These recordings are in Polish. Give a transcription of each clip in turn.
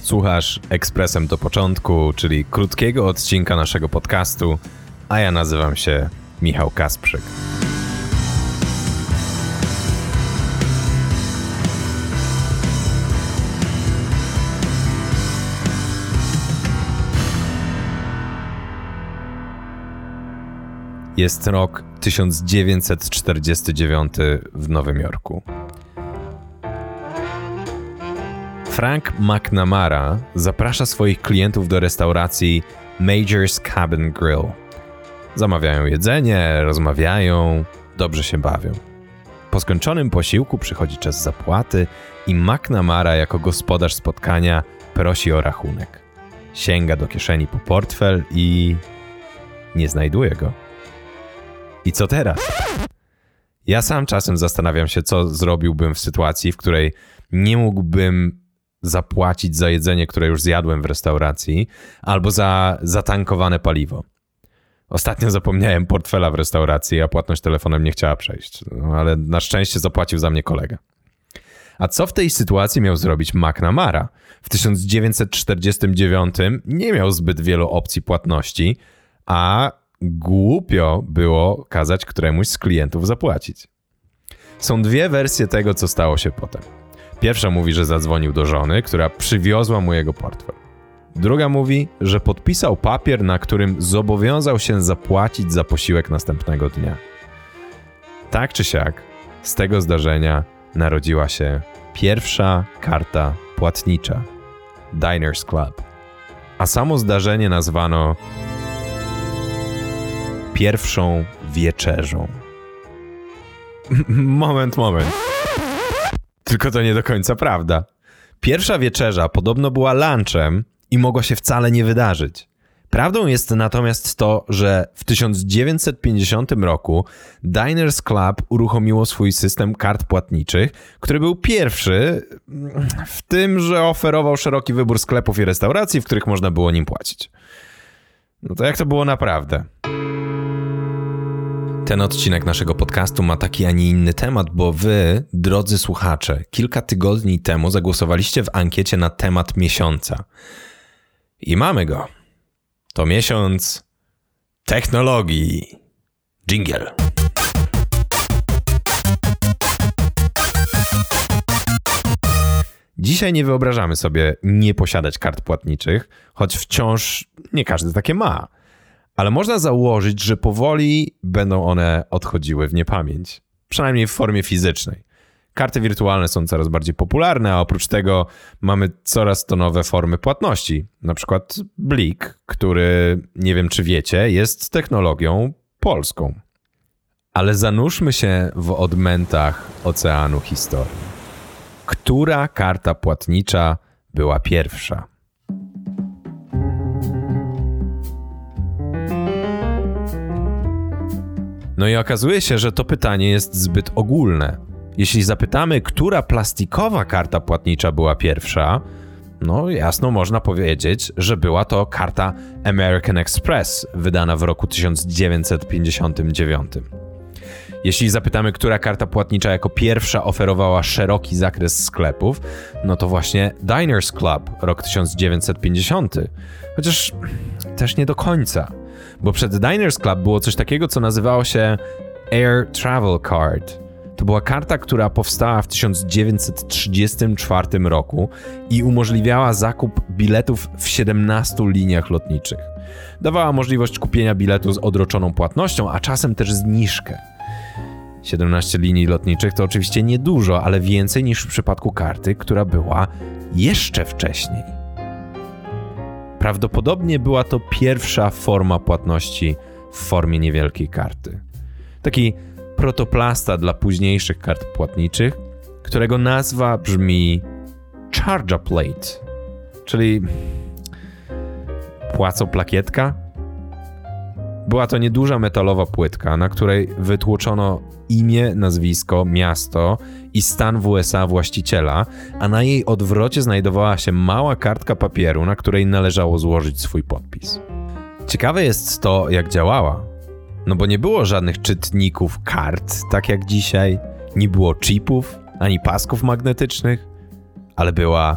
Słuchasz Ekspresem do początku, czyli krótkiego odcinka naszego podcastu, a ja nazywam się Michał Kasprzyk. Jest rok 1949 w Nowym Jorku. Frank McNamara zaprasza swoich klientów do restauracji Major's Cabin Grill. Zamawiają jedzenie, rozmawiają, dobrze się bawią. Po skończonym posiłku przychodzi czas zapłaty i McNamara jako gospodarz spotkania prosi o rachunek. Sięga do kieszeni po portfel i nie znajduje go. I co teraz? Ja sam czasem zastanawiam się, co zrobiłbym w sytuacji, w której nie mógłbym zapłacić za jedzenie, które już zjadłem w restauracji, albo za zatankowane paliwo. Ostatnio zapomniałem portfela w restauracji, a płatność telefonem nie chciała przejść. No, ale na szczęście zapłacił za mnie kolega. A co w tej sytuacji miał zrobić McNamara? W 1949 nie miał zbyt wielu opcji płatności, a głupio było kazać któremuś z klientów zapłacić. Są dwie wersje tego, co stało się potem. Pierwsza mówi, że zadzwonił do żony, która przywiozła mu jego portfel. Druga mówi, że podpisał papier, na którym zobowiązał się zapłacić za posiłek następnego dnia. Tak czy siak, z tego zdarzenia narodziła się pierwsza karta płatnicza, Diners Club. A samo zdarzenie nazwano pierwszą wieczerzą. Moment. Tylko to nie do końca prawda. Pierwsza wieczerza podobno była lunchem i mogła się wcale nie wydarzyć. Prawdą jest natomiast to, że w 1950 roku Diners Club uruchomiło swój system kart płatniczych, który był pierwszy w tym, że oferował szeroki wybór sklepów i restauracji, w których można było nim płacić. No to jak to było naprawdę? Ten odcinek naszego podcastu ma taki, a nie inny temat, bo wy, drodzy słuchacze, kilka tygodni temu zagłosowaliście w ankiecie na temat miesiąca. I mamy go. To miesiąc technologii. Jingle. Dzisiaj nie wyobrażamy sobie nie posiadać kart płatniczych, choć wciąż nie każdy takie ma. Ale można założyć, że powoli będą one odchodziły w niepamięć. Przynajmniej w formie fizycznej. Karty wirtualne są coraz bardziej popularne, a oprócz tego mamy coraz to nowe formy płatności. Na przykład Blik, który, nie wiem czy wiecie, jest technologią polską. Ale zanurzmy się w odmętach oceanu historii. Która karta płatnicza była pierwsza? No i okazuje się, że to pytanie jest zbyt ogólne. Jeśli zapytamy, która plastikowa karta płatnicza była pierwsza, no jasno można powiedzieć, że była to karta American Express, wydana w roku 1959. Jeśli zapytamy, która karta płatnicza jako pierwsza oferowała szeroki zakres sklepów, no to właśnie Diners Club, rok 1950. Chociaż też nie do końca. Bo przed Diners Club było coś takiego, co nazywało się Air Travel Card. To była karta, która powstała w 1934 roku i umożliwiała zakup biletów w 17 liniach lotniczych. Dawała możliwość kupienia biletu z odroczoną płatnością, a czasem też zniżkę. 17 linii lotniczych to oczywiście niedużo, ale więcej niż w przypadku karty, która była jeszcze wcześniej. Prawdopodobnie była to pierwsza forma płatności w formie niewielkiej karty. Taki protoplasta dla późniejszych kart płatniczych, którego nazwa brzmi Charge-a-Plate, czyli płacoplakietka. Była to nieduża metalowa płytka, na której wytłoczono imię, nazwisko, miasto i stan w USA właściciela, a na jej odwrocie znajdowała się mała kartka papieru, na której należało złożyć swój podpis. Ciekawe jest to, jak działała. No bo nie było żadnych czytników kart, tak jak dzisiaj, nie było chipów, ani pasków magnetycznych, ale była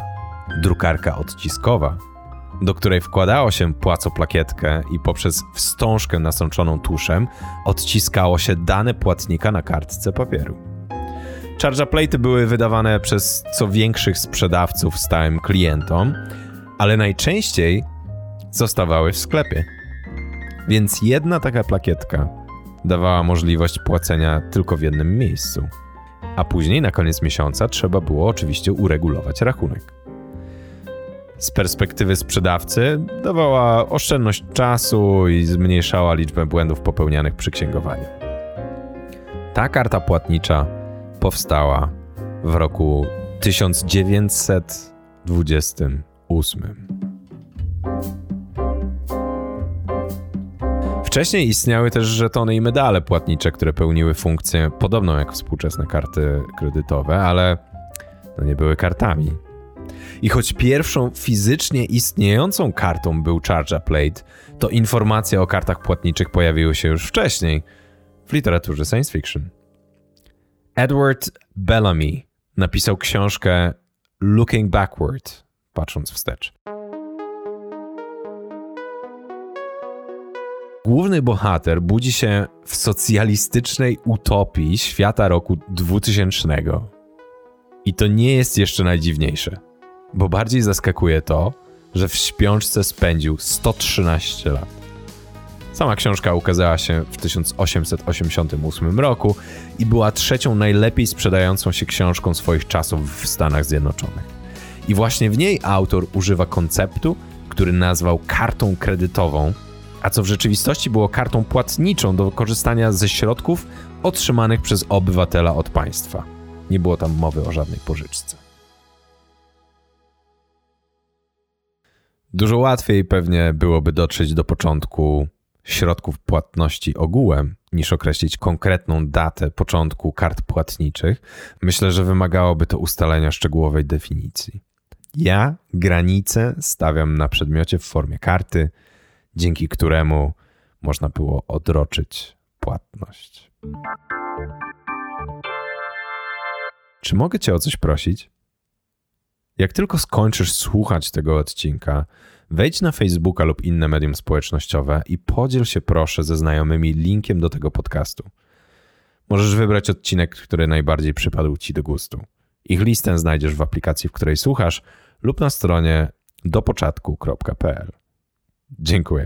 drukarka odciskowa, do której wkładało się płacoplakietkę i poprzez wstążkę nasączoną tuszem odciskało się dane płatnika na kartce papieru. Charge plate'y były wydawane przez co większych sprzedawców stałym klientom, ale najczęściej zostawały w sklepie. Więc jedna taka plakietka dawała możliwość płacenia tylko w jednym miejscu, a później na koniec miesiąca trzeba było oczywiście uregulować rachunek. Z perspektywy sprzedawcy dawała oszczędność czasu i zmniejszała liczbę błędów popełnianych przy księgowaniu. Ta karta płatnicza powstała w roku 1928. Wcześniej istniały też żetony i medale płatnicze, które pełniły funkcję podobną jak współczesne karty kredytowe, ale nie były kartami. I choć pierwszą fizycznie istniejącą kartą był Charge Plate, to informacje o kartach płatniczych pojawiły się już wcześniej w literaturze science fiction. Edward Bellamy napisał książkę Looking Backward, patrząc wstecz. Główny bohater budzi się w socjalistycznej utopii świata roku 2000. I to nie jest jeszcze najdziwniejsze, bo bardziej zaskakuje to, że w śpiączce spędził 113 lat. Sama książka ukazała się w 1888 roku i była trzecią najlepiej sprzedającą się książką swoich czasów w Stanach Zjednoczonych. I właśnie w niej autor używa konceptu, który nazwał kartą kredytową, a co w rzeczywistości było kartą płatniczą do korzystania ze środków otrzymanych przez obywatela od państwa. Nie było tam mowy o żadnej pożyczce. Dużo łatwiej pewnie byłoby dotrzeć do początku środków płatności ogółem, niż określić konkretną datę początku kart płatniczych. Myślę, że wymagałoby to ustalenia szczegółowej definicji. Ja granicę stawiam na przedmiocie w formie karty, dzięki któremu można było odroczyć płatność. Czy mogę cię o coś prosić? Jak tylko skończysz słuchać tego odcinka, wejdź na Facebooka lub inne medium społecznościowe i podziel się proszę ze znajomymi linkiem do tego podcastu. Możesz wybrać odcinek, który najbardziej przypadł ci do gustu. Ich listę znajdziesz w aplikacji, w której słuchasz lub na stronie dopoczatku.pl. Dziękuję.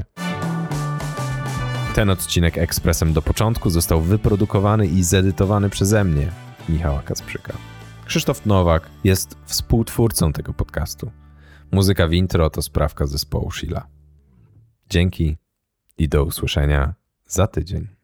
Ten odcinek ekspresem do początku został wyprodukowany i zedytowany przeze mnie, Michała Kacprzyka. Krzysztof Nowak jest współtwórcą tego podcastu. Muzyka w intro to sprawka zespołu Sheila. Dzięki i do usłyszenia za tydzień.